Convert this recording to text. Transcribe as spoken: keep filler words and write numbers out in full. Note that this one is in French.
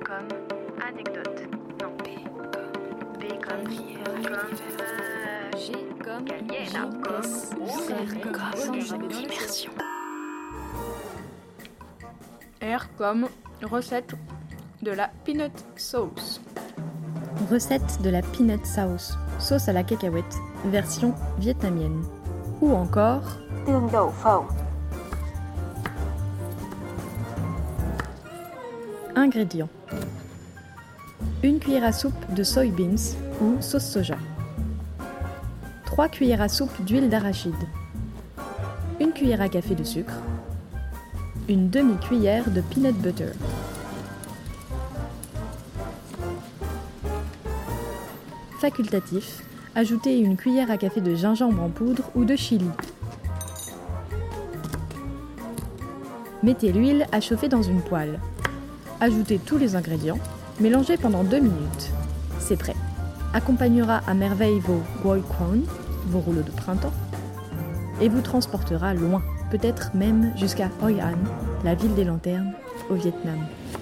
comme anecdote. Non. B comme. B comme. Comme. G comme. Gallina. Comme. Comme. Immersion. R comme recette de la peanut sauce. Recette de la peanut sauce, sauce à la cacahuète, version vietnamienne. Ou encore tương đậu phộng. Ingrédients. Une cuillère à soupe de soybeans ou sauce soja. trois cuillères à soupe d'huile d'arachide. Une cuillère à café de sucre. Une demi-cuillère de peanut butter. Facultatif, ajoutez une cuillère à café de gingembre en poudre ou de chili. Mettez l'huile à chauffer dans une poêle. Ajoutez tous les ingrédients, mélangez pendant deux minutes. C'est prêt. Accompagnera à merveille vos goi quan, vos rouleaux de printemps, et vous transportera loin, peut-être même jusqu'à Hoi An, la ville des lanternes, au Vietnam.